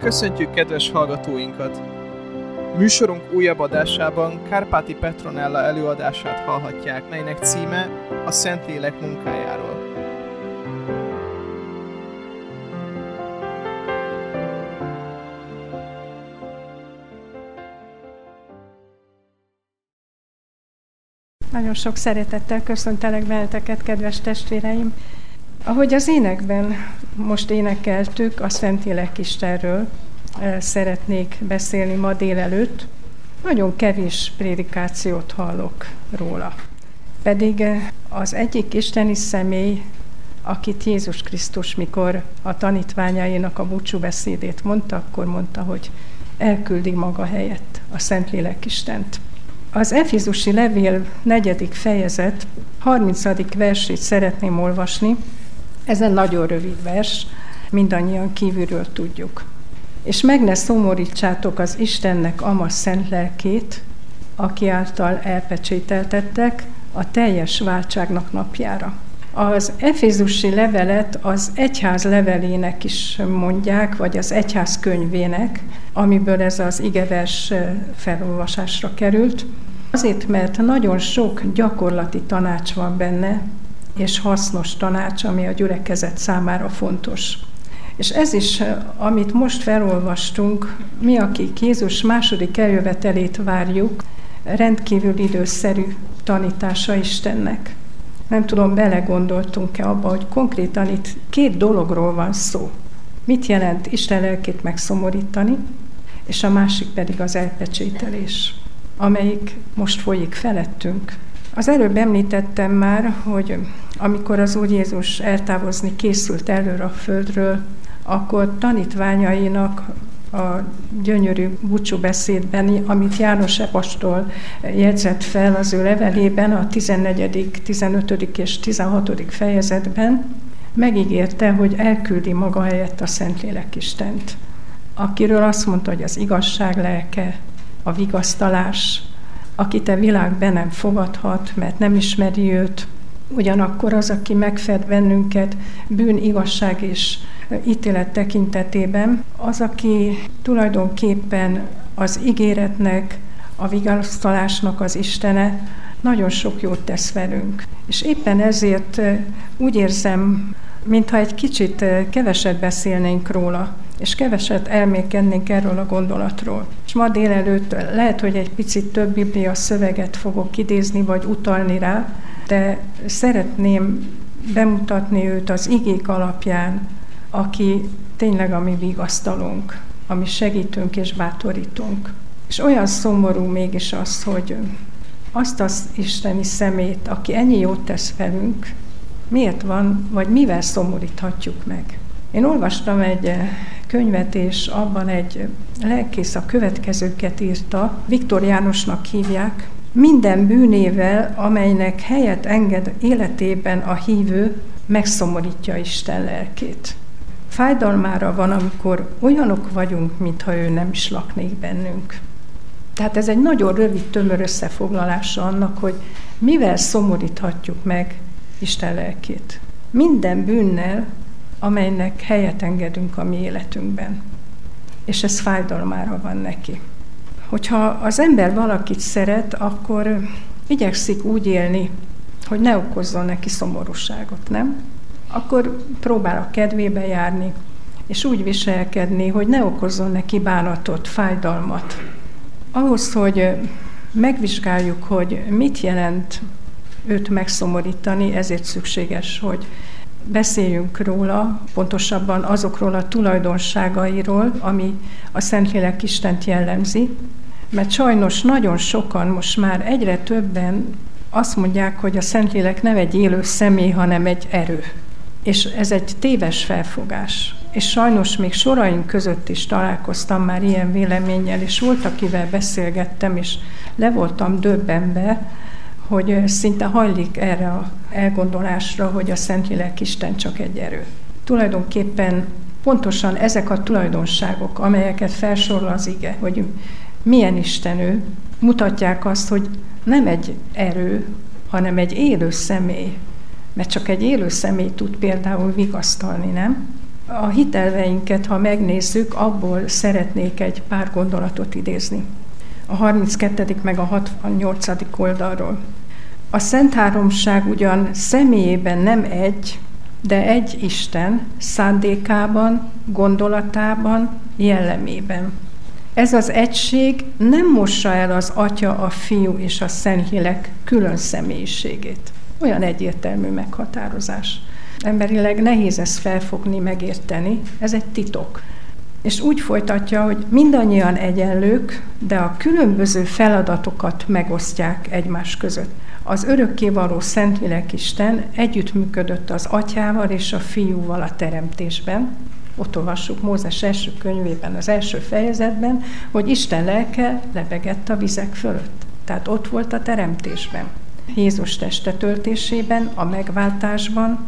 Köszöntjük kedves hallgatóinkat! Műsorunk újabb adásában Kárpáti Petronella előadását hallhatják, melynek címe a Szentlélek munkájáról. Nagyon sok szeretettel köszöntelek benneteket, kedves testvéreim! Ahogy az énekben most énekeltük, a Szentlélek Istenről szeretnék beszélni ma délelőtt. Nagyon kevés prédikációt hallok róla. Pedig az egyik isteni személy, akit Jézus Krisztus, mikor a tanítványainak a búcsúbeszédét mondta, akkor mondta, hogy elküldi maga helyett a Szentlélek Istent. Az Efézusi levél 4. fejezet 30. versét szeretném olvasni. Ez egy nagyon rövid vers, mindannyian kívülről tudjuk. És meg ne szomorítsátok az Istennek ama szent lelkét, aki által elpecsételtettek a teljes váltságnak napjára. Az efézusi levelet az egyház levelének is mondják, vagy az egyház könyvének, amiből ez az igevers felolvasásra került. Azért, mert nagyon sok gyakorlati tanács van benne, és hasznos tanács, ami a gyülekezet számára fontos. És ez is, amit most felolvastunk, mi, akik Jézus második eljövetelét várjuk, rendkívül időszerű tanítása Istennek. Nem tudom, belegondoltunk-e abba, hogy konkrétan itt 2 dologról van szó. Mit jelent Isten lelkét megszomorítani, és a másik pedig az elpecsételés, amelyik most folyik felettünk. Az előbb említettem már, hogy amikor az Úr Jézus eltávozni készült előre a földről, akkor tanítványainak a gyönyörű búcsúbeszédben, amit János apostol jegyzett fel az ő levelében, a 14., 15. és 16. fejezetben, megígérte, hogy elküldi maga helyett a Szentlélek Istent, akiről azt mondta, hogy az igazság lelke, a vigasztalás, akit a világ be nem fogadhat, mert nem ismeri őt, ugyanakkor az, aki megfed bennünket bűn, igazság és ítélet tekintetében, az, aki tulajdonképpen az ígéretnek, a vigasztalásnak az Istene, nagyon sok jót tesz velünk. És éppen ezért úgy érzem, mintha egy kicsit keveset beszélnénk róla, és keveset elmékednénk erről a gondolatról. És ma délelőtt lehet, hogy egy picit több Biblia szöveget fogok idézni, vagy utalni rá, de szeretném bemutatni őt az igék alapján, aki tényleg a mi vigasztalunk, ami segítünk és bátorítunk. És olyan szomorú mégis az, hogy azt az isteni szemét, aki ennyi jót tesz velünk, miért van, vagy mivel szomoríthatjuk meg. Én olvastam egy könyvet, és abban egy lelkész a következőket írta, Viktor Jánosnak hívják: minden bűnével, amelynek helyet enged életében a hívő, megszomorítja Isten lelkét. Fájdalmára van, amikor olyanok vagyunk, mintha ő nem is laknék bennünk. Tehát ez egy nagyon rövid, tömör összefoglalása annak, hogy mivel szomoríthatjuk meg Isten lelkét. Minden bűnnel, amelynek helyet engedünk a mi életünkben. És ez fájdalmára van neki. Hogyha az ember valakit szeret, akkor igyekszik úgy élni, hogy ne okozzon neki szomorúságot, nem? Akkor próbál a kedvébe járni, és úgy viselkedni, hogy ne okozzon neki bánatot, fájdalmat. Ahhoz, hogy megvizsgáljuk, hogy mit jelent őt megszomorítani, ezért szükséges, hogy beszéljünk róla, pontosabban azokról a tulajdonságairól, ami a Szentlélek Istent jellemzi, mert sajnos nagyon sokan, most már egyre többen azt mondják, hogy a Szentlélek nem egy élő személy, hanem egy erő. És ez egy téves felfogás. És sajnos még soraink között is találkoztam már ilyen véleménnyel, és volt, akivel beszélgettem, és le voltam döbbenve, hogy szinte hajlik erre az elgondolásra, hogy a Szentlélek Isten csak egy erő. Tulajdonképpen pontosan ezek a tulajdonságok, amelyeket felsorol az ige, hogy milyen Isten ő, mutatják azt, hogy nem egy erő, hanem egy élő személy. Mert csak egy élő személy tud például vigasztalni, nem? A hitelveinket, ha megnézzük, abból szeretnék egy pár gondolatot idézni. A 32. meg a 68. oldalról. A Szent Háromság ugyan személyében nem egy, de egy Isten szándékában, gondolatában, jellemében. Ez az egység nem mossa el az Atya, a Fiú és a Szentlélek külön személyiségét. Olyan egyértelmű meghatározás. Emberileg nehéz ezt felfogni, megérteni, ez egy titok. És úgy folytatja, hogy mindannyian egyenlők, de a különböző feladatokat megosztják egymás között. Az örökkévaló Szentlélek Isten együttműködött az Atyával és a Fiúval a teremtésben. Ott olvassuk Mózes első könyvében, az első fejezetben, hogy Isten lelke lebegett a vizek fölött. Tehát ott volt a teremtésben. Jézus teste töltésében, a megváltásban,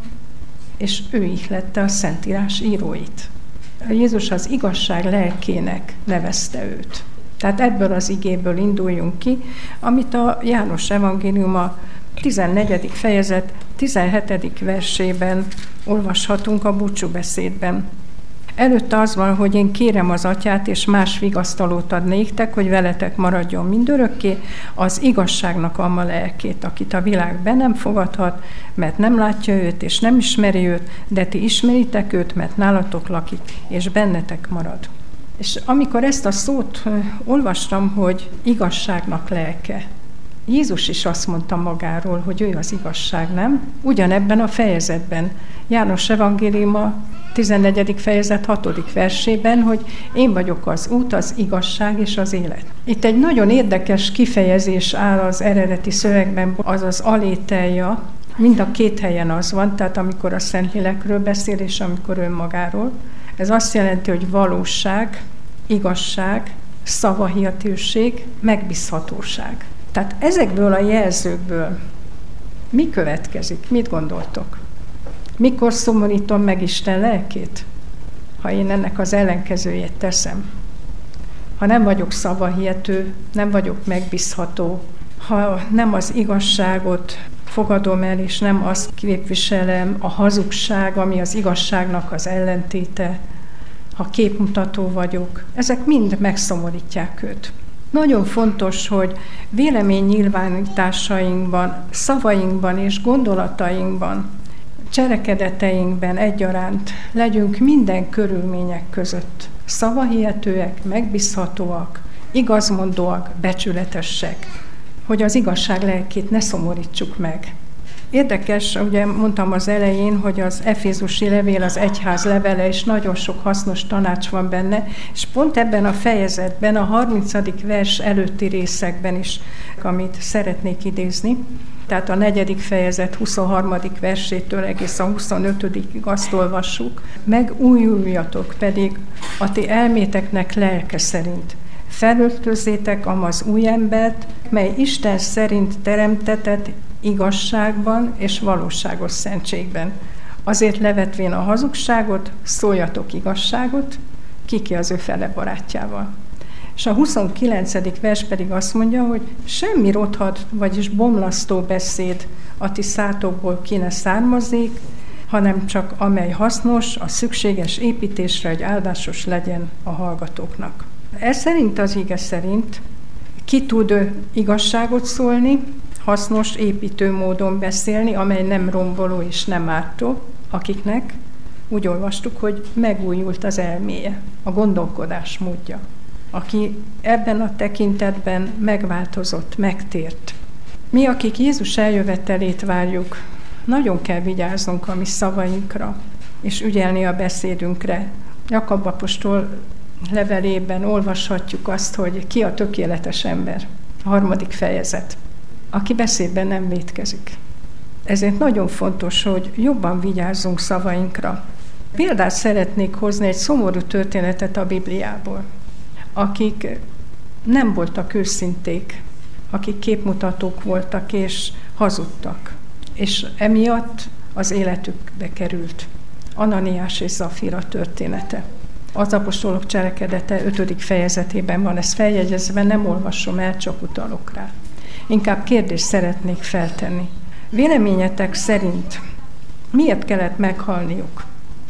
és ő ihlette a Szentírás íróit. Jézus az igazság lelkének nevezte őt. Tehát ebből az igéből induljunk ki, amit a János evangéliuma 14. fejezet 17. versében olvashatunk a búcsúbeszédben. Előtte az van, hogy én kérem az Atyát, és más vigasztalót ad néktek, hogy veletek maradjon mindörökké, az igazságnak a lelkét, akit a világ be nem fogadhat, mert nem látja őt, és nem ismeri őt, de ti ismeritek őt, mert nálatok lakik, és bennetek marad. És amikor ezt a szót olvastam, hogy igazságnak lelke, Jézus is azt mondta magáról, hogy ő az igazság, nem? Ugyanebben a fejezetben, János evangéliuma 14. fejezet 6. versében, hogy én vagyok az út, az igazság és az élet. Itt egy nagyon érdekes kifejezés áll az eredeti szövegben, az az alételja, mind a két helyen az van, tehát amikor a Szentlélekről beszél, és amikor önmagáról. Ez azt jelenti, hogy valóság, igazság, szavahihetőség, megbízhatóság. Tehát ezekből a jelzőkből mi következik? Mit gondoltok? Mikor szomorítom meg Isten lelkét? Ha én ennek az ellenkezőjét teszem. Ha nem vagyok szavahihető, nem vagyok megbízható, ha nem az igazságot fogadom el, és nem azt képviselem, a hazugság, ami az igazságnak az ellentéte, ha képmutató vagyok, ezek mind megszomorítják őt. Nagyon fontos, hogy véleménynyilvánításainkban, szavainkban és gondolatainkban, cselekedeteinkben egyaránt legyünk minden körülmények között szavahihetőek, megbízhatóak, igazmondóak, becsületesek, hogy az igazság lelkét ne szomorítsuk meg. Érdekes, ugye mondtam az elején, hogy az Efézusi levél az egyház levele, és nagyon sok hasznos tanács van benne, és pont ebben a fejezetben, a 30. vers előtti részekben is, amit szeretnék idézni, tehát a 4. fejezet 23. versétől egész a 25. azt olvassuk, megújuljatok pedig a ti elméteknek lelke szerint. Felöltözzétek amaz új embert, mely Isten szerint teremtetett igazságban és valóságos szentségben. Azért levetvén a hazugságot, szóljatok igazságot, ki az ő fele barátjával. És a 29. vers pedig azt mondja, hogy semmi rothadt, vagyis bomlasztó beszéd a ti szátokból ki ne származzék, hanem csak amely hasznos, a szükséges építésre, hogy áldásos legyen a hallgatóknak. Ez szerint az ige szerint ki tud igazságot szólni, hasznos, építő módon beszélni, amely nem romboló és nem ártó, akiknek úgy olvastuk, hogy megújult az elméje, a gondolkodás módja, aki ebben a tekintetben megváltozott, megtért. Mi, akik Jézus eljövetelét várjuk, nagyon kell vigyáznunk a mi szavainkra, és ügyelni a beszédünkre. Jakab apostol levelében olvashatjuk azt, hogy ki a tökéletes ember, a 3. fejezet, aki beszédben nem vétkezik. Ezért nagyon fontos, hogy jobban vigyázzunk szavainkra. Példát szeretnék hozni egy szomorú történetet a Bibliából, akik nem voltak őszinték, akik képmutatók voltak és hazudtak, és emiatt az életükbe került. Ananiás és Zafira története. Az apostolok cselekedete 5. fejezetében van ez feljegyezve, nem olvasom el, csak utalok rá. Inkább kérdést szeretnék feltenni. Véleményetek szerint miért kellett meghalniuk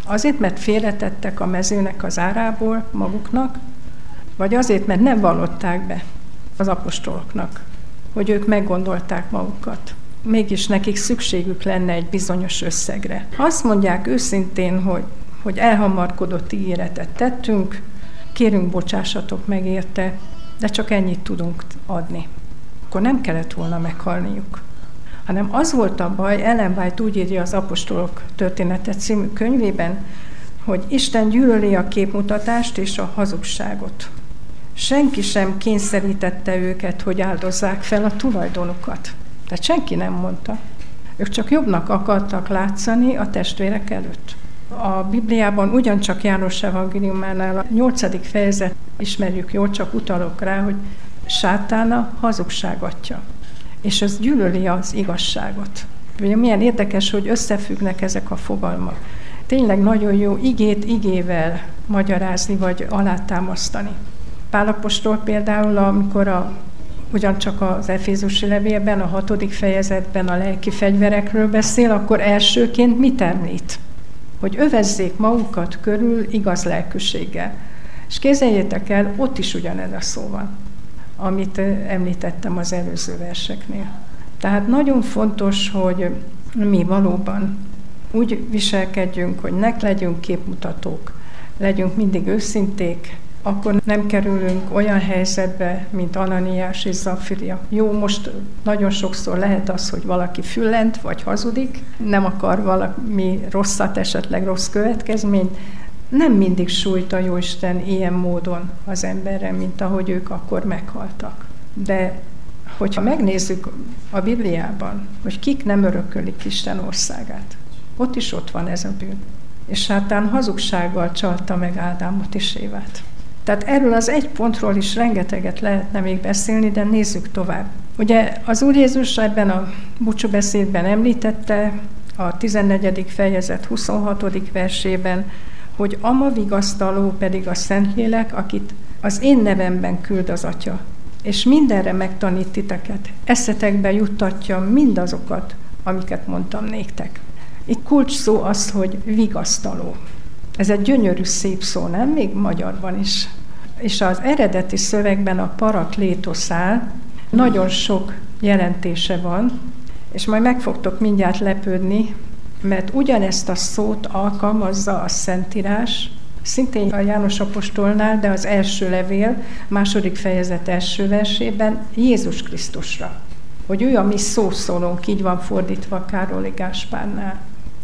Azért, mert félretettek a mezőnek az árából maguknak, vagy azért, mert nem vallották be az apostoloknak, hogy ők meggondolták magukat. Mégis nekik szükségük lenne egy bizonyos összegre. Azt mondják őszintén, hogy elhamarkodott ígéretet tettünk, kérünk, bocsássatok meg érte, de csak ennyit tudunk adni. Akkor nem kellett volna meghalniuk. Hanem az volt a baj, Ellen White úgy írja az Apostolok története című könyvében, hogy Isten gyűlöli a képmutatást és a hazugságot. Senki sem kényszerítette őket, hogy áldozzák fel a tulajdonukat. Tehát senki nem mondta. Ők csak jobbnak akartak látszani a testvérek előtt. A Bibliában ugyancsak János evangéliumánál a 8. fejezet ismerjük jól, csak utalok rá, hogy sátán a hazugság atya. És ez gyűlöli az igazságot. Milyen érdekes, hogy összefüggnek ezek a fogalmak. Tényleg nagyon jó igét igével magyarázni, vagy alátámasztani. Pál apostol például, amikor ugyancsak az Efézusi levélben, a 6. fejezetben a lelki fegyverekről beszél, akkor elsőként mit említ? Hogy övezzék magukat körül igaz lelkűséggel. És képzeljétek el, ott is ugyanez a szó van, amit említettem az előző verseknél. Tehát nagyon fontos, hogy mi valóban úgy viselkedjünk, hogy ne legyünk képmutatók, legyünk mindig őszinték, akkor nem kerülünk olyan helyzetbe, mint Ananiás és Zafiria. Jó, most nagyon sokszor lehet az, hogy valaki füllent vagy hazudik, nem akar valami rosszat, esetleg rossz következményt. Nem mindig sújt a Jóisten ilyen módon az emberre, mint ahogy ők akkor meghaltak. De hogyha megnézzük a Bibliában, hogy kik nem örökölik Isten országát, ott van ez a bűn. És sátán hazugsággal csalta meg Ádámot és Évát. Tehát erről az egy pontról is rengeteget lehetne még beszélni, de nézzük tovább. Ugye az Úr Jézus ebben a búcsúbeszédben említette, a 14. fejezet 26. versében, hogy ama vigasztaló pedig a Szentlélek, akit az én nevemben küld az Atya, és mindenre megtanít titeket, eszetekbe juttatja mindazokat, amiket mondtam néktek. Itt kulcs szó az, hogy vigasztaló. Ez egy gyönyörű, szép szó, nem? Még magyarban is. És az eredeti szövegben a paraklétosz áll, nagyon sok jelentése van, és majd meg fogtok mindjárt lepődni, mert ugyanezt a szót alkalmazza a Szentírás, szintén a János apostolnál, de az első levél, 2. fejezet első versében Jézus Krisztusra. Hogy ő a mi szószólónk, így van fordítva Károli Gáspárnál,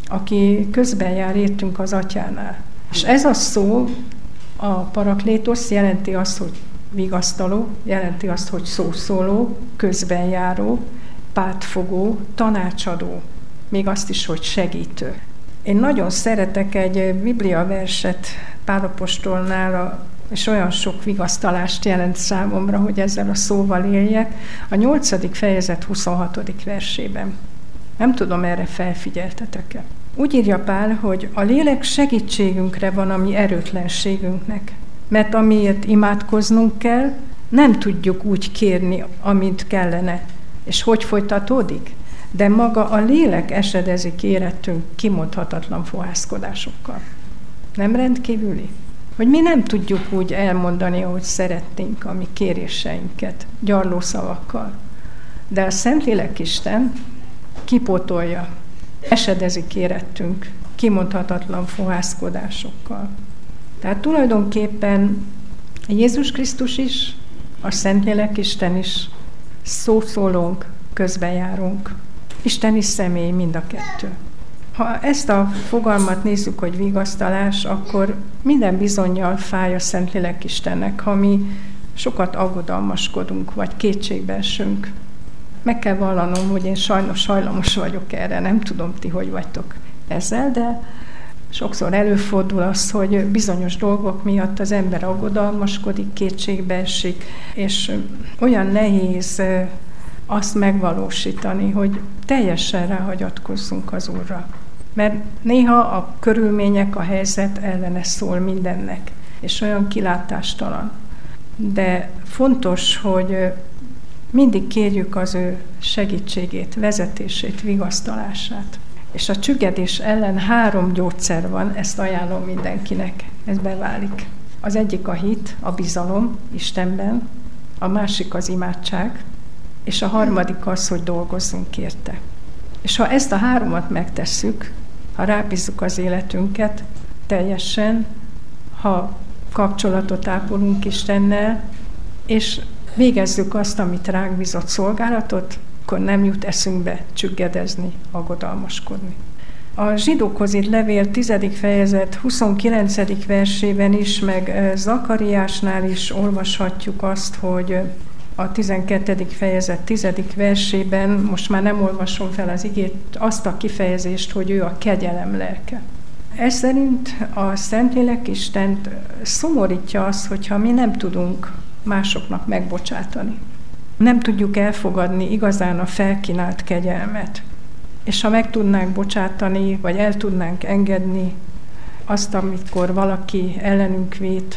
aki közben jár értünk az Atyánál. És ez a szó, a paraklétosz jelenti azt, hogy vigasztaló, jelenti azt, hogy szószóló, közbenjáró, pártfogó, tanácsadó, még azt is, hogy segítő. Én nagyon szeretek egy bibliaverset Pál apostolnál, és olyan sok vigasztalást jelent számomra, hogy ezzel a szóval éljek, a 8. fejezet 26. versében. Nem tudom, erre felfigyeltetek-e. Úgy írja Pál, hogy a lélek segítségünkre van a mi erőtlenségünknek, mert amiért imádkoznunk kell, nem tudjuk úgy kérni, amint kellene. És hogy folytatódik? De maga a lélek esedezik érettünk kimondhatatlan fohászkodásokkal. Nem rendkívüli? Hogy mi nem tudjuk úgy elmondani, ahogy szeretnénk a mi kéréseinket, gyarló szavakkal. De a Szentlélek Isten kipótolja, esedezik érettünk kimondhatatlan fohászkodásokkal. Tehát tulajdonképpen Jézus Krisztus is, a Szentlélek Isten is, szószólónk, közbenjárunk. Isteni személy mind a kettő. Ha ezt a fogalmat nézzük, hogy vigasztalás, akkor minden bizonnyal fáj a Szentlélek Istennek, ha mi sokat aggodalmaskodunk, vagy kétségbe esünk. Meg kell vallanom, hogy én sajnos hajlamos vagyok erre, nem tudom, ti hogy vagytok ezzel, de sokszor előfordul az, hogy bizonyos dolgok miatt az ember aggodalmaskodik, kétségbe esik, és olyan nehéz azt megvalósítani, hogy teljesen ráhagyatkozzunk az Úrra. Mert néha a körülmények, a helyzet ellene szól mindennek, és olyan kilátástalan. De fontos, hogy mindig kérjük az ő segítségét, vezetését, vigasztalását. És a csüggedés ellen 3 gyógyszer van, ezt ajánlom mindenkinek, ez beválik. Az egyik a hit, a bizalom Istenben, a másik az imádság, és a harmadik az, hogy dolgozzunk érte. És ha ezt a 3-at megtesszük, ha rábízzuk az életünket teljesen, ha kapcsolatot ápolunk Istennel, és végezzük azt, amit ránk bízott szolgálatot, akkor nem jut eszünkbe csüggedezni, aggodalmaskodni. A zsidókhoz írt levél 10. fejezet 29. versében is, meg Zakariásnál is olvashatjuk azt, hogy a 12. fejezet 10. versében, most már nem olvasom fel az igét, azt a kifejezést, hogy ő a kegyelem lelke. Ez szerint a Szentlélek Istent szomorítja az, hogyha mi nem tudunk másoknak megbocsátani. Nem tudjuk elfogadni igazán a felkínált kegyelmet. És ha meg tudnánk bocsátani, vagy el tudnánk engedni azt, amikor valaki ellenünk vét,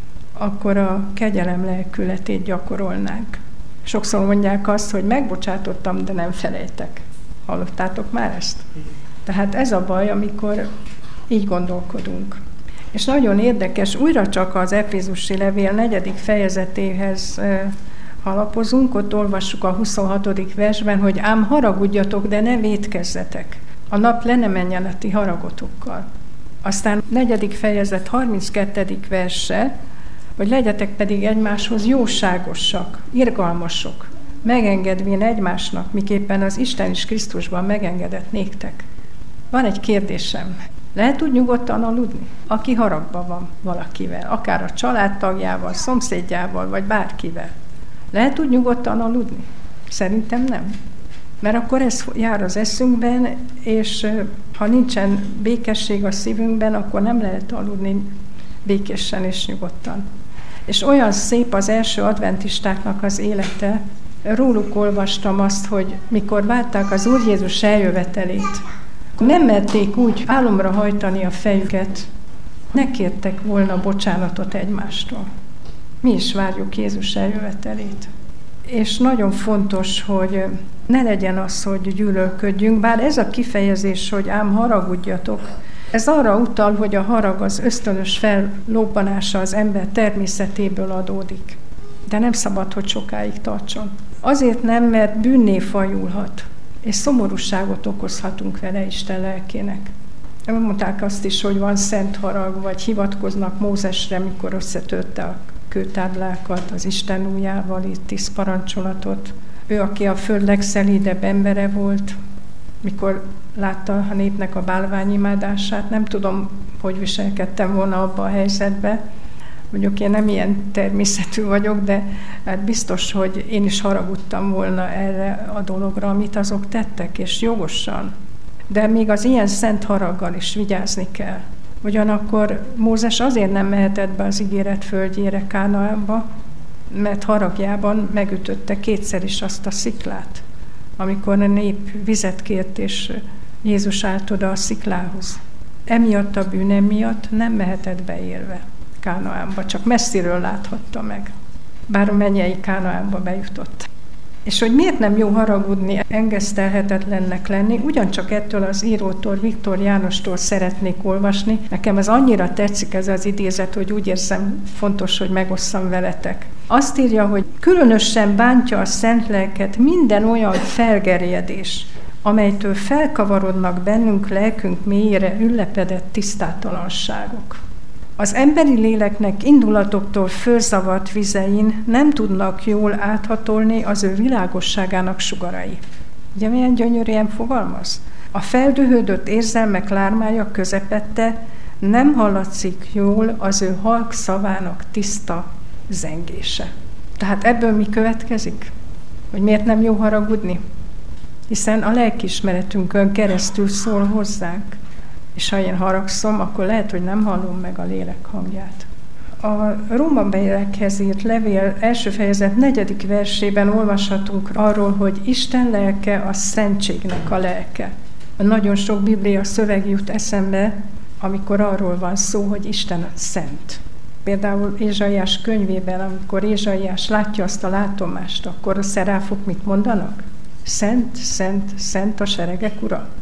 akkor a kegyelem lelkületét gyakorolnánk. Sokszor mondják azt, hogy megbocsátottam, de nem felejtek. Hallottátok már ezt? Tehát ez a baj, amikor így gondolkodunk. És nagyon érdekes, újra csak az Efézusi levél 4. fejezetéhez alapozunk, ott olvassuk a 26. versben, hogy ám haragudjatok, de ne vétkezzetek. A nap le ne menjen a ti haragotokkal. Aztán 4. fejezet 32. verse, hogy legyetek pedig egymáshoz jóságosak, irgalmasok, megengedvén egymásnak, miképpen az Isten is Krisztusban megengedett néktek. Van egy kérdésem. Lehet úgy nyugodtan aludni? Aki haragban van valakivel, akár a családtagjával, szomszédjával, vagy bárkivel. Lehet úgy nyugodtan aludni? Szerintem nem. Mert akkor ez jár az eszünkben, és ha nincsen békesség a szívünkben, akkor nem lehet aludni békésen és nyugodtan. És olyan szép az első adventistáknak az élete, róluk olvastam azt, hogy mikor várták az Úr Jézus eljövetelét, nem merték úgy álomra hajtani a fejüket, ne kértek volna bocsánatot egymástól. Mi is várjuk Jézus eljövetelét. És nagyon fontos, hogy ne legyen az, hogy gyűlölködjünk, bár ez a kifejezés, hogy ám haragudjatok, ez arra utal, hogy a harag az ösztönös fellobbanása az ember természetéből adódik. De nem szabad, hogy sokáig tartson. Azért nem, mert bűnné fajulhat, és szomorúságot okozhatunk vele Isten lelkének. Mondták azt is, hogy van szent harag, vagy hivatkoznak Mózesre, mikor összetörte a kőtáblákat, az Isten ujjával írt 10 parancsolatot. Ő, aki a föld legszelídebb embere volt, mikor látta a népnek a bálványimádását, nem tudom, hogy viselkedtem volna abba a helyzetbe. Mondjuk én nem ilyen természetű vagyok, de hát biztos, hogy én is haragudtam volna erre a dologra, amit azok tettek, és jogosan. De még az ilyen szent haraggal is vigyázni kell. Ugyanakkor Mózes azért nem mehetett be az ígéret földjére, Kánaánba, mert haragjában megütötte 2-szer is azt a sziklát, amikor a nép vizet kért, és Jézus állt oda a sziklához. Emiatt a bűne miatt nem mehetett be élve Kánaánba, csak messziről láthatta meg, bár a mennyei Kánaánba bejutott. És hogy miért nem jó haragudni, engesztelhetetlennek lenni, ugyancsak ettől az írótól, Viktor Jánostól szeretnék olvasni. Nekem ez annyira tetszik ez az idézet, hogy úgy érzem fontos, hogy megosszam veletek. Azt írja, hogy különösen bántja a szent lelket minden olyan felgerjedés, amelytől felkavarodnak bennünk lelkünk mélyére üllepedett tisztátalanságok. Az emberi léleknek indulatoktól fölzavart vizein nem tudnak jól áthatolni az ő világosságának sugarai. Ugye milyen gyönyörűen fogalmaz? A feldühödött érzelmek lármája közepette nem hallatszik jól az ő halk szavának tiszta zengése. Tehát ebből mi következik? Hogy miért nem jó haragudni? Hiszen a lelkiismeretünkön keresztül szól hozzánk. És ha én haragszom, akkor lehet, hogy nem hallom meg a lélek hangját. A Rómabeliekhez írt levél első fejezet 4. versében olvashatunk arról, hogy Isten lelke a szentségnek a lelke. Nagyon sok biblia szöveg jut eszembe, amikor arról van szó, hogy Isten szent. Például Ézsaiás könyvében, amikor Ézsaiás látja azt a látomást, akkor a szeráfok mit mondanak? Szent, szent, szent a seregek ura.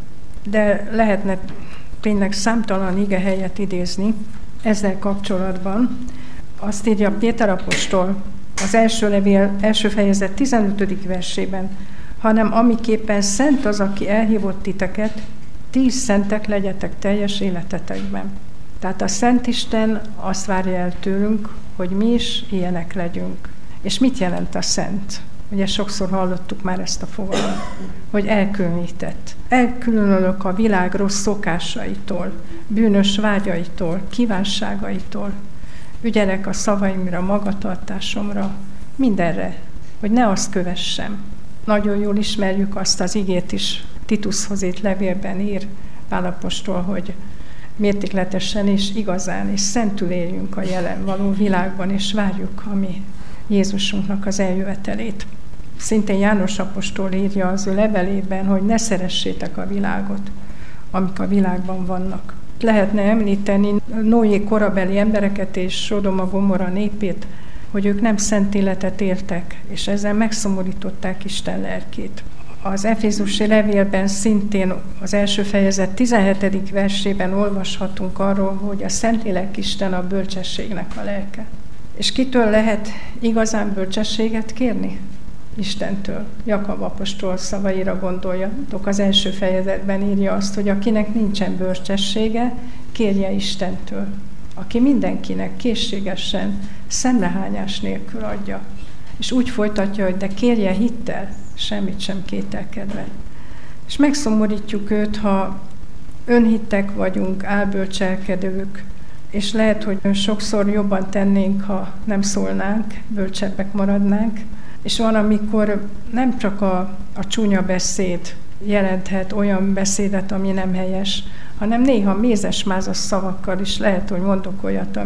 de lehetne tényleg számtalan igehelyet idézni ezzel kapcsolatban. Azt írja Péter apostol az első levél első fejezet 15. versében, hanem amiképpen szent az, aki elhívott titeket, ti is szentek legyetek teljes életetekben. Tehát a Szent Isten azt várja el tőlünk, hogy mi is ilyenek legyünk. És mit jelent a szent? Ugye sokszor hallottuk már ezt a fogalmat, hogy elkülönített. Elkülönülök a világ rossz szokásaitól, bűnös vágyaitól, kívánságaitól. Ügyelek a szavaimra, magatartásomra, mindenre, hogy ne azt kövessem. Nagyon jól ismerjük azt az igét is, Titushoz írt levélben ír Pál apostol, hogy mértékletesen és igazán és szentül éljünk a jelen való világban, és várjuk a mi Jézusunknak az eljövetelét. Szintén János apostol írja az ő levelében, hogy ne szeressétek a világot, amik a világban vannak. Lehetne említeni Noé korabeli embereket és Sodoma Gomorra népét, hogy ők nem szent életet éltek, és ezzel megszomorították Isten lelkét. Az Efézusi levélben szintén az első fejezet 17. versében olvashatunk arról, hogy a Szentlélek Isten a bölcsességnek a lelke. És kitől lehet igazán bölcsességet kérni? Istentől. Jakab apostol szavaira gondoljatok, az első fejezetben írja azt, hogy akinek nincsen bölcsessége, kérje Istentől. Aki mindenkinek készségesen, szemrehányás nélkül adja. És úgy folytatja, hogy de kérje hittel, semmit sem kételkedve. És megszomorítjuk őt, ha önhittek vagyunk, álbölcselkedők, és lehet, hogy sokszor jobban tennénk, ha nem szólnánk, bölcsebbek maradnánk, és van, amikor nem csak a csúnya beszéd jelenthet olyan beszédet, ami nem helyes, hanem néha mézes-mázas szavakkal is lehet, hogy mondok olyat,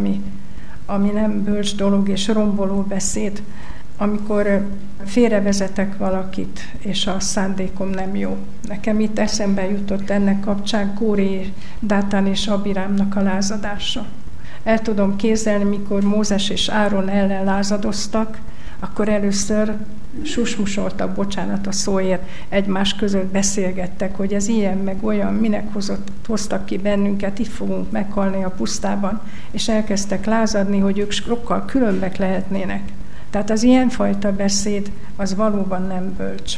ami nem bölcs dolog és romboló beszéd, amikor félrevezetek valakit, és a szándékom nem jó. Nekem itt eszembe jutott ennek kapcsán Kóré, Dátán és Abirámnak a lázadása. El tudom képzelni, mikor Mózes és Áron ellen lázadoztak, akkor először susmusoltak, bocsánat a szóért, egymás között beszélgettek, hogy ez ilyen, meg olyan, minek hoztak ki bennünket, itt fogunk meghalni a pusztában, és elkezdtek lázadni, hogy ők sokkal különbek lehetnének. Tehát az ilyenfajta beszéd, az valóban nem bölcs.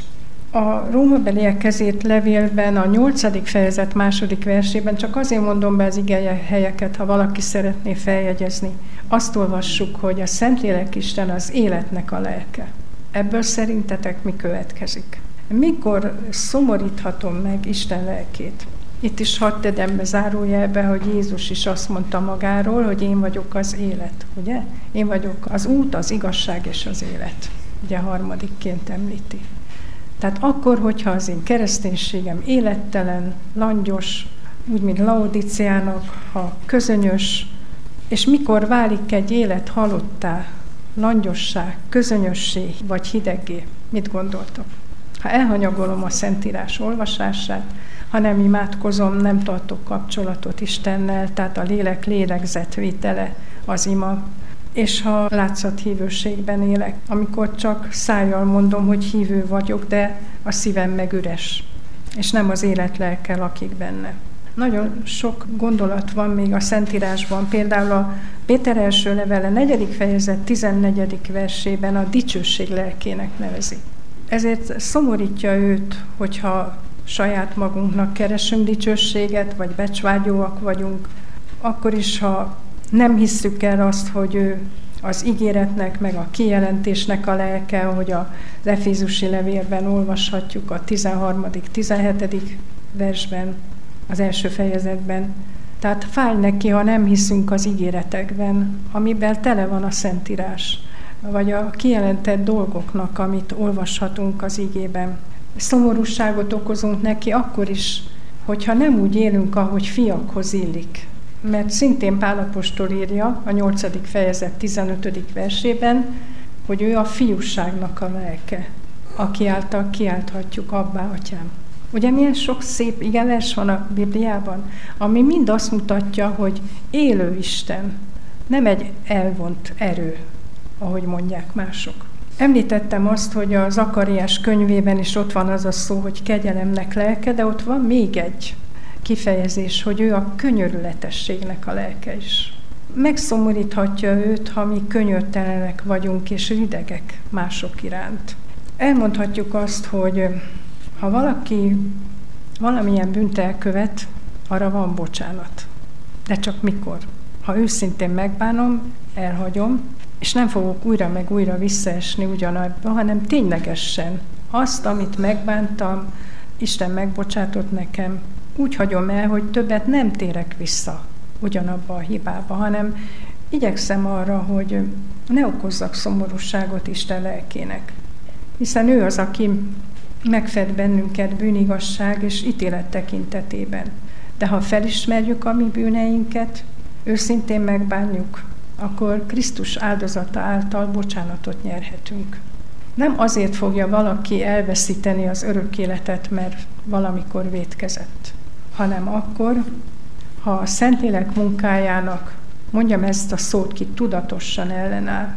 A Rómabeliek kezét levélben a 8. fejezet 2. versében, csak azért mondom be az igehelyeket, ha valaki szeretné feljegyezni, azt olvassuk, hogy a Szentlélek Isten az életnek a lelke. Ebből szerintetek mi következik? Mikor szomoríthatom meg Isten lelkét? Itt is hadd tegyem be zárójelbe, hogy Jézus is azt mondta magáról, hogy én vagyok az élet, ugye? Én vagyok az út, az igazság és az élet. Ugye harmadikként említi. Tehát akkor, hogyha az én kereszténységem élettelen, langyos, úgy, mint Laodiciának, ha közönyös, és mikor válik egy élet halottá, langyossá, közönyössé vagy hideggé, mit gondoltok? Ha elhanyagolom a Szentírás olvasását, ha nem imádkozom, nem tartok kapcsolatot Istennel, tehát a lélek lélegzetvitele az ima, és ha látszathívőségben élek, amikor csak szájjal mondom, hogy hívő vagyok, de a szívem meg üres, és nem az életlelke lakik benne. Nagyon sok gondolat van még a Szentírásban, például a Péter első levele 4. fejezet 14. versében a dicsőség lelkének nevezi. Ezért szomorítja őt, hogyha saját magunknak keresünk dicsőséget, vagy becsvágyóak vagyunk, akkor is, ha nem hisszük el azt, hogy ő az ígéretnek, meg a kijelentésnek a lelke, ahogy az Efézusi levélben olvashatjuk a 13., 17. versben, az első fejezetben. Tehát fáj neki, ha nem hiszünk az ígéretekben, amiben tele van a Szentírás, vagy a kijelentett dolgoknak, amit olvashatunk az igében. Szomorúságot okozunk neki akkor is, hogyha nem úgy élünk, ahogy fiakhoz illik. Mert szintén Pál apostol írja a 8. fejezet 15. versében, hogy ő a fiúságnak a lelke, aki által kiálthatjuk Abbá, Atyám. Ugye milyen sok szép igevers van a Bibliában, ami mind azt mutatja, hogy élő Isten, nem egy elvont erő, ahogy mondják mások. Említettem azt, hogy a Zakariás könyvében is ott van az a szó, hogy kegyelemnek lelke, de ott van még egy. kifejezés, hogy ő a könyörületességnek a lelke is. Megszomoríthatja őt, ha mi könyörtelenek vagyunk és ridegek mások iránt. Elmondhatjuk azt, hogy ha valaki valamilyen bűnt elkövet, arra van bocsánat. De csak mikor? Ha őszintén megbánom, elhagyom, és nem fogok újra meg újra visszaesni ugyanabba, hanem ténylegesen azt, amit megbántam, Isten megbocsátott nekem, úgy hagyom el, hogy többet nem térek vissza ugyanabba a hibába, hanem igyekszem arra, hogy ne okozzak szomorúságot Isten lelkének. Hiszen ő az, aki megfed bennünket bűnigazság és ítélet tekintetében. De ha felismerjük a mi bűneinket, őszintén megbánjuk, akkor Krisztus áldozata által bocsánatot nyerhetünk. Nem azért fogja valaki elveszíteni az örök életet, mert valamikor vétkezett, hanem akkor, ha a Szentlélek munkájának, mondjam ezt a szót ki, tudatosan ellenáll,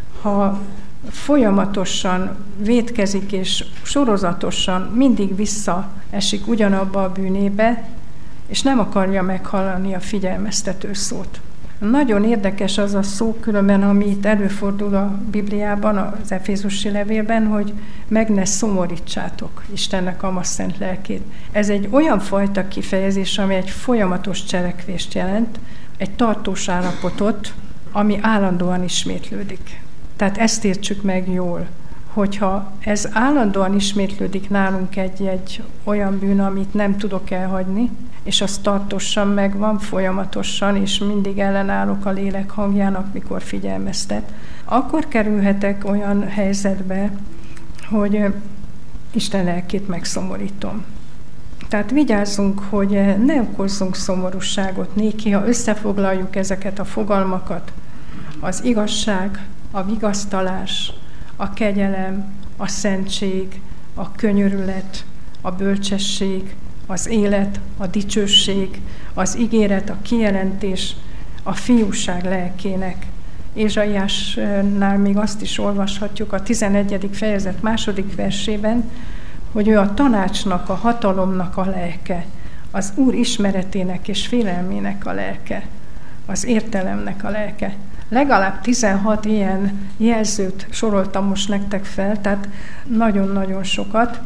ha folyamatosan vétkezik és sorozatosan mindig visszaesik ugyanabba a bűnébe, és nem akarja meghallani a figyelmeztető szót. Nagyon érdekes az a szó különben, ami itt előfordul a Bibliában, az Efézusi levélben, hogy meg ne szomorítsátok Istennek ama szent lelkét. Ez egy olyan fajta kifejezés, ami egy folyamatos cselekvést jelent, egy tartós állapotot, ami állandóan ismétlődik. Tehát ezt értsük meg jól, hogyha ez állandóan ismétlődik nálunk egy olyan bűn, amit nem tudok elhagyni, és az tartósan megvan, folyamatosan, és mindig ellenállok a lélek hangjának, mikor figyelmeztet, akkor kerülhetek olyan helyzetbe, hogy Isten lelkét megszomorítom. Tehát vigyázzunk, hogy ne okozzunk szomorúságot néki, ha összefoglaljuk ezeket a fogalmakat. Az igazság, a vigasztalás, a kegyelem, a szentség, a könyörület, a bölcsesség, az élet, a dicsőség, az ígéret, a kijelentés, a fiúság lelkének. Ézsaiásnál még azt is olvashatjuk a 11. fejezet 2. versében, hogy ő a tanácsnak, a hatalomnak a lelke, az Úr ismeretének és félelmének a lelke, az értelemnek a lelke. Legalább 16 ilyen jelzőt soroltam most nektek fel, tehát nagyon-nagyon sokat,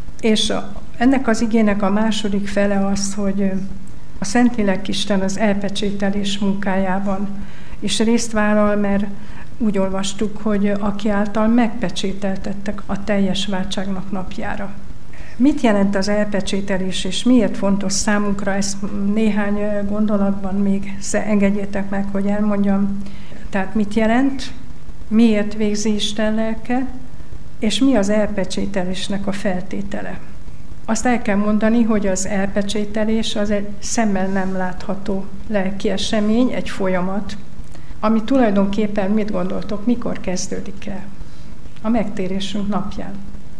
és ennek az igének a második fele az, hogy a Szentlélek Isten az elpecsételés munkájában is részt vállal, mert úgy olvastuk, hogy aki által megpecsételtettek a teljes váltságnak napjára. Mit jelent az elpecsételés, és miért fontos számunkra? Ezt néhány gondolatban még engedjétek meg, hogy elmondjam. Tehát mit jelent, miért végzi Isten lelke, és mi az elpecsételésnek a feltétele. Azt el kell mondani, hogy az elpecsételés az egy szemmel nem látható lelki esemény, egy folyamat, ami tulajdonképpen, mit gondoltok, mikor kezdődik el? A megtérésünk napján.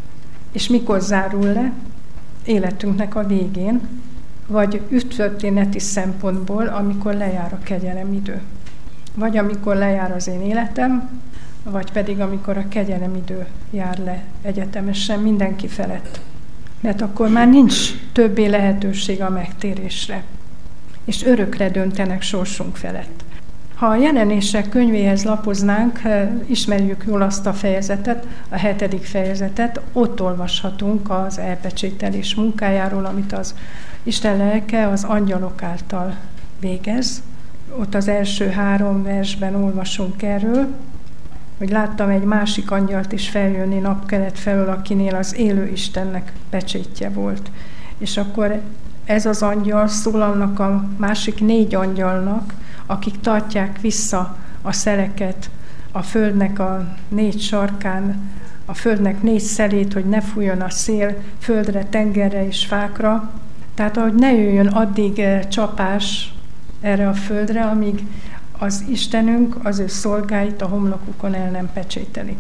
És mikor zárul le? Életünknek a végén, vagy ügytörténeti szempontból, amikor lejár a kegyelemidő. Vagy amikor lejár az én életem, vagy pedig amikor a kegyelemidő jár le egyetemesen mindenki felett. Mert akkor már nincs többé lehetőség a megtérésre, és örökre döntenek sorsunk felett. Ha a Jelenések könyvéhez lapoznánk, ismerjük jól azt a fejezetet, a 7. fejezetet, ott olvashatunk az elpecsételés munkájáról, amit az Isten lelke az angyalok által végez. Ott az első 3 versben olvasunk erről, hogy láttam egy másik angyalt is feljönni napkelet felől, akinél az élő Istennek pecsétje volt. És akkor ez az angyal szól annak a másik 4 angyalnak, akik tartják vissza a szeleket a földnek a 4 sarkán, a földnek 4 szelét, hogy ne fújjon a szél földre, tengerre és fákra. Tehát, ahogy ne jöjjön addig csapás erre a földre, amíg az Istenünk az ő szolgáit a homlokukon el nem pecsételi.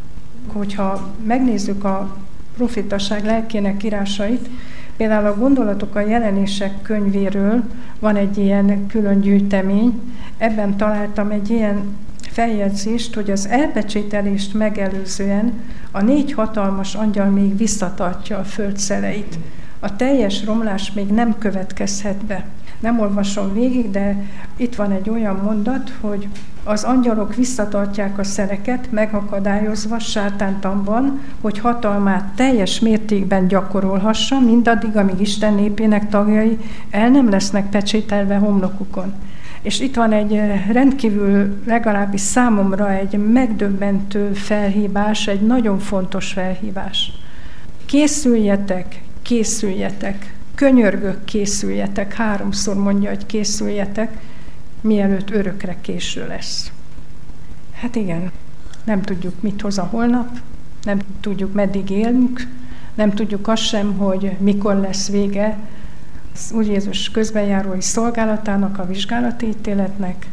Hogyha megnézzük a profétaság lelkének írásait, például a Gondolatok a Jelenések könyvéről van egy ilyen külön gyűjtemény, ebben találtam egy ilyen feljegyzést, hogy az elpecsételést megelőzően a 4 hatalmas angyal még visszatartja a föld szeleit. a teljes romlás még nem következhet be. Nem olvasom végig, de itt van egy olyan mondat, hogy az angyalok visszatartják a szereket, megakadályozva sátánt abban, hogy hatalmát teljes mértékben gyakorolhassa, mindaddig, amíg Isten népének tagjai el nem lesznek pecsételve homlokukon. És itt van egy rendkívül, legalábbis számomra egy megdöbbentő felhívás, egy nagyon fontos felhívás. Készüljetek, készüljetek, könyörgök, készüljetek, 3-szor mondja, hogy készüljetek, mielőtt örökre késő lesz. Hát igen, nem tudjuk, mit hoz a holnap, nem tudjuk, meddig élünk, nem tudjuk azt sem, hogy mikor lesz vége az Úr Jézus közbenjárói szolgálatának, a vizsgálati ítéletnek,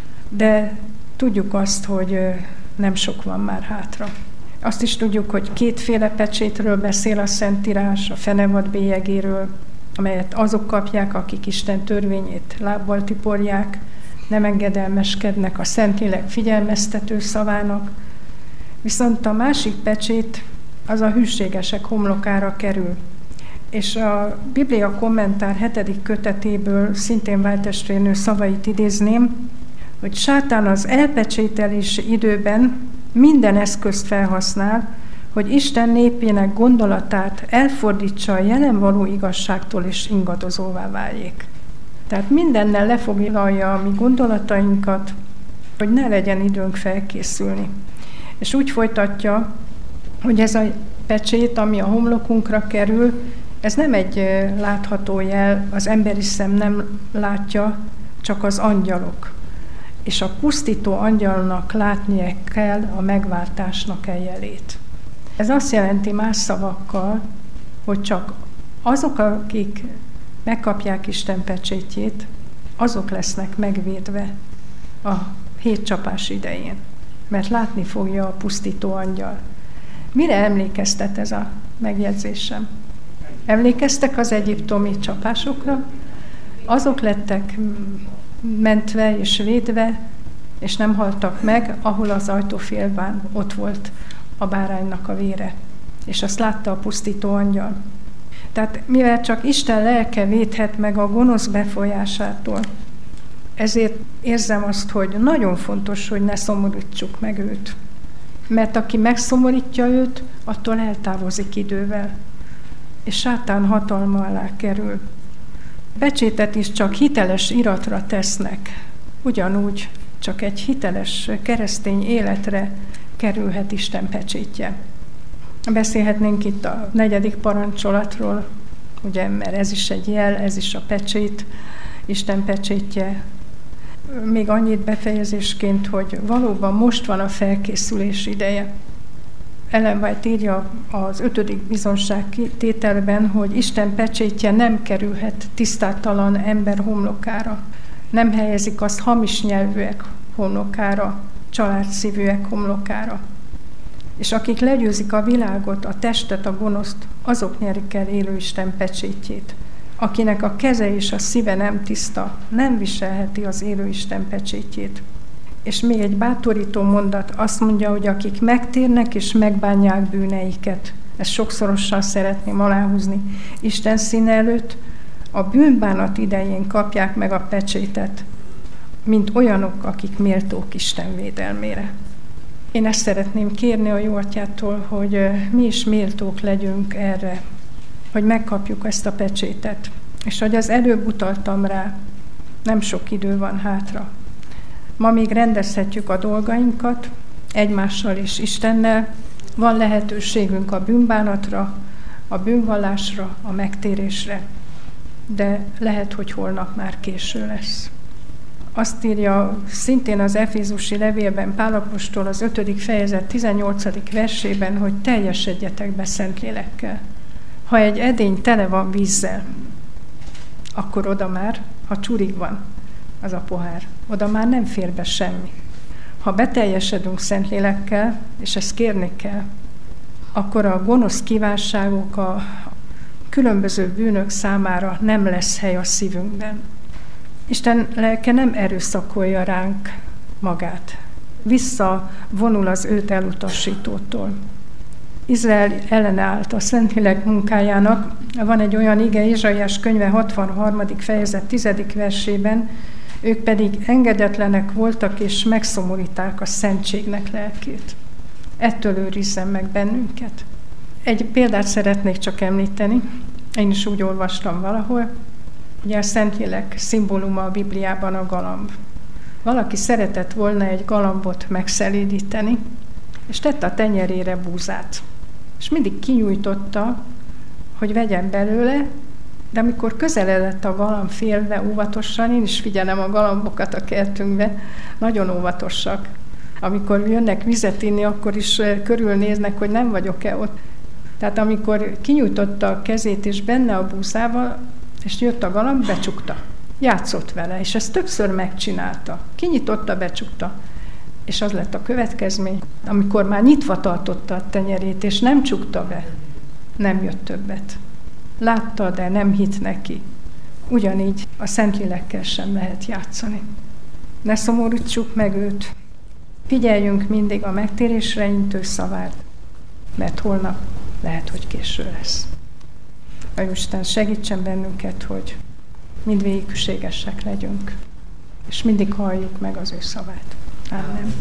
de tudjuk azt, hogy nem sok van már hátra. Azt is tudjuk, hogy kétféle pecsétről beszél a Szentírás, a fenevad bélyegéről, amelyet azok kapják, akik Isten törvényét lábbal tiporják, nem engedelmeskednek a Szentlélek figyelmeztető szavának, viszont a másik pecsét az a hűségesek homlokára kerül. És a Biblia kommentár 7. kötetéből szintén váltestvérnő szavait idézném, hogy sátán az elpecsételési időben minden eszközt felhasznál, hogy Isten népének gondolatát elfordítsa a jelen való igazságtól és ingadozóvá váljék. Tehát mindennel lefoglalja a mi gondolatainkat, hogy ne legyen időnk felkészülni. És úgy folytatja, hogy ez a pecsét, ami a homlokunkra kerül, ez nem egy látható jel, az emberi szem nem látja, csak az angyalok. És a pusztító angyalnak látnia kell a megváltásnak a jelét. Ez azt jelenti más szavakkal, hogy csak azok, akik megkapják Isten pecsétjét, azok lesznek megvédve a hétcsapás idején, mert látni fogja a pusztító angyal. Mire emlékeztet ez a megjegyzésem? Emlékeztek az egyiptomi csapásokra? Azok lettek mentve és védve, és nem haltak meg, ahol az ajtófélben ott volt a báránynak a vére. És azt látta a pusztító angyal. Tehát mivel csak Isten lelke védhet meg a gonosz befolyásától, ezért érzem azt, hogy nagyon fontos, hogy ne szomorítsuk meg őt. Mert aki megszomorítja őt, attól eltávozik idővel, és sátán hatalma alá kerül. Pecsétet is csak hiteles iratra tesznek, ugyanúgy csak egy hiteles keresztény életre kerülhet Isten pecsétje. Beszélhetnénk itt a 4. parancsolatról, ugye, mert ez is egy jel, ez is a pecsét, Isten pecsétje. Még annyit befejezésként, hogy valóban most van a felkészülés ideje. Ellen White írja az 5. bizonságtételben, hogy Isten pecsétje nem kerülhet tisztátalan ember homlokára. Nem helyezik azt hamis nyelvűek homlokára, családszívűek homlokára. És akik legyőzik a világot, a testet, a gonoszt, azok nyerik el élő Isten pecsétjét. Akinek a keze és a szíve nem tiszta, nem viselheti az élő Isten pecsétjét. És még egy bátorító mondat azt mondja, hogy akik megtérnek és megbánják bűneiket, ezt sokszorosan szeretném aláhúzni, Isten színe előtt, a bűnbánat idején kapják meg a pecsétet, mint olyanok, akik méltók Isten védelmére. Én ezt szeretném kérni a Jó Atyától, hogy mi is méltók legyünk erre, hogy megkapjuk ezt a pecsétet. És hogy az előbb utaltam rá, nem sok idő van hátra. Ma még rendezhetjük a dolgainkat egymással és Istennel, van lehetőségünk a bűnbánatra, a bűnvallásra, a megtérésre, de lehet, hogy holnap már késő lesz. Azt írja szintén az Efézusi levélben Pál apostol az 5. fejezet 18. versében, hogy teljesedjetek be Szentlélekkel. Ha egy edény tele van vízzel, akkor oda már, ha csurig van az a pohár, oda már nem fér be semmi. Ha beteljesedünk Szentlélekkel, és ezt kérni kell, akkor a gonosz kívánságok, a különböző bűnök számára nem lesz hely a szívünkben. Isten lelke nem erőszakolja ránk magát. Visszavonul az őt elutasítótól. Izrael ellenállt a Szentlélek munkájának. Van egy olyan ige, Ézsaiás könyve 63. fejezet 10. versében, ők pedig engedetlenek voltak, és megszomoríták a szentségnek lelkét. Ettől őrizzen meg bennünket. Egy példát szeretnék csak említeni. Én is úgy olvastam valahol. Ugye a Szentlélek szimbóluma a Bibliában a galamb. Valaki szeretett volna egy galambot megszelídíteni, és tette a tenyerére búzát. És mindig kinyújtotta, hogy vegyen belőle, de amikor közeledett a galamb félve óvatosan, én is figyelem a galambokat a kertünkbe, nagyon óvatosak. Amikor jönnek vizet inni, akkor is körülnéznek, hogy nem vagyok-e ott. Tehát amikor kinyújtotta a kezét és benne a búzával, és jött a galamb, becsukta. Játszott vele, és ezt többször megcsinálta. Kinyitotta, becsukta. És az lett a következmény. Amikor már nyitva tartotta a tenyerét, és nem csukta be, nem jött többet. Látta, de nem hitt neki. Ugyanígy a Szentlélekkel sem lehet játszani. Ne szomorítsuk meg őt. Figyeljünk mindig a megtérésre intő szavát, mert holnap lehet, hogy késő lesz. A Isten segítsen bennünket, hogy mindvégig hűségesek legyünk, és mindig halljuk meg az ő szavát. Ámen.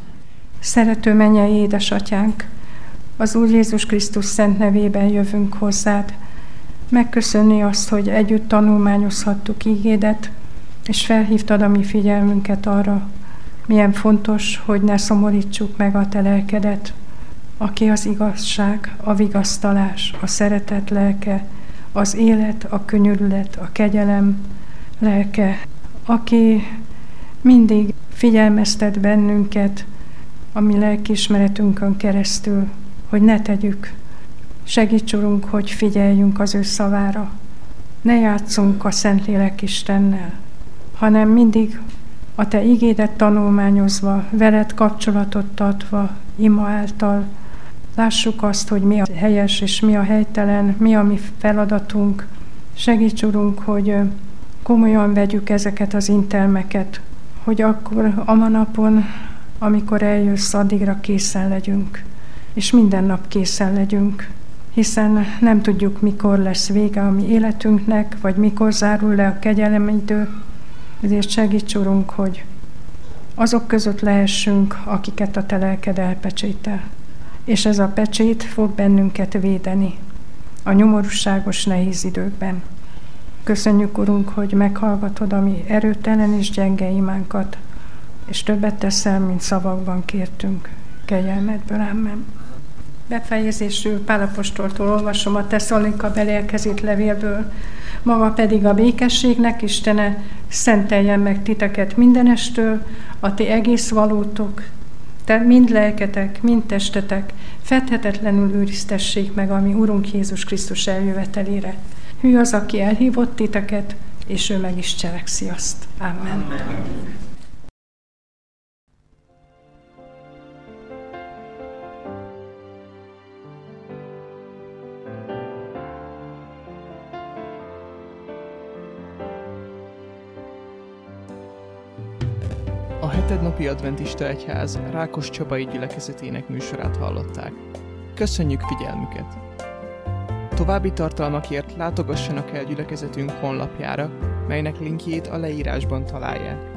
Szerető mennyei édesatyánk, az Úr Jézus Krisztus szent nevében jövünk hozzád, megköszönni azt, hogy együtt tanulmányozhattuk ígédet, és felhívtad a mi figyelmünket arra, milyen fontos, hogy ne szomorítsuk meg a te lelkedet, aki az igazság, a vigasztalás, a szeretet lelke, az élet, a könyörület, a kegyelem lelke, aki mindig figyelmeztet bennünket a mi lelkiismeretünkön keresztül, hogy ne tegyük. Segíts, Urunk, hogy figyeljünk az ő szavára. Ne játszunk a Szentlélek Istennel, hanem mindig a te igédet tanulmányozva, veled kapcsolatot tartva, ima által, lássuk azt, hogy mi a helyes és mi a helytelen, mi a mi feladatunk. Segíts, Urunk, hogy komolyan vegyük ezeket az intelmeket, hogy akkor a napon, amikor eljössz, addigra készen legyünk, és minden nap készen legyünk, hiszen nem tudjuk, mikor lesz vége a mi életünknek, vagy mikor zárul le a kegyelemidő. Ezért segíts, Urunk, hogy azok között lehessünk, akiket a te lelked elpecsétel. És ez a pecsét fog bennünket védeni a nyomorúságos, nehéz időkben. Köszönjük, Urunk, hogy meghallgatod a mi erőtelen és gyenge imánkat, és többet teszel, mint szavakban kértünk. Kegyelmedből, ámen. Befejezésül Pál apostoltól olvasom a Tesszalonika-beli elkezett levélből. Maga pedig a békességnek Istene szenteljen meg titeket mindenestől, a ti egész valótok, mind lelketek, mind testetek, fedhetetlenül őriztessék meg a mi Urunk Jézus Krisztus eljövetelére. Hű az, aki elhívott titeket, és ő meg is cselekszi azt. Amen. A hetednapi adventista egyház Rákoscsabai gyülekezetének műsorát hallották. Köszönjük figyelmüket! További tartalmakért látogassanak el gyülekezetünk honlapjára, melynek linkjét a leírásban találják.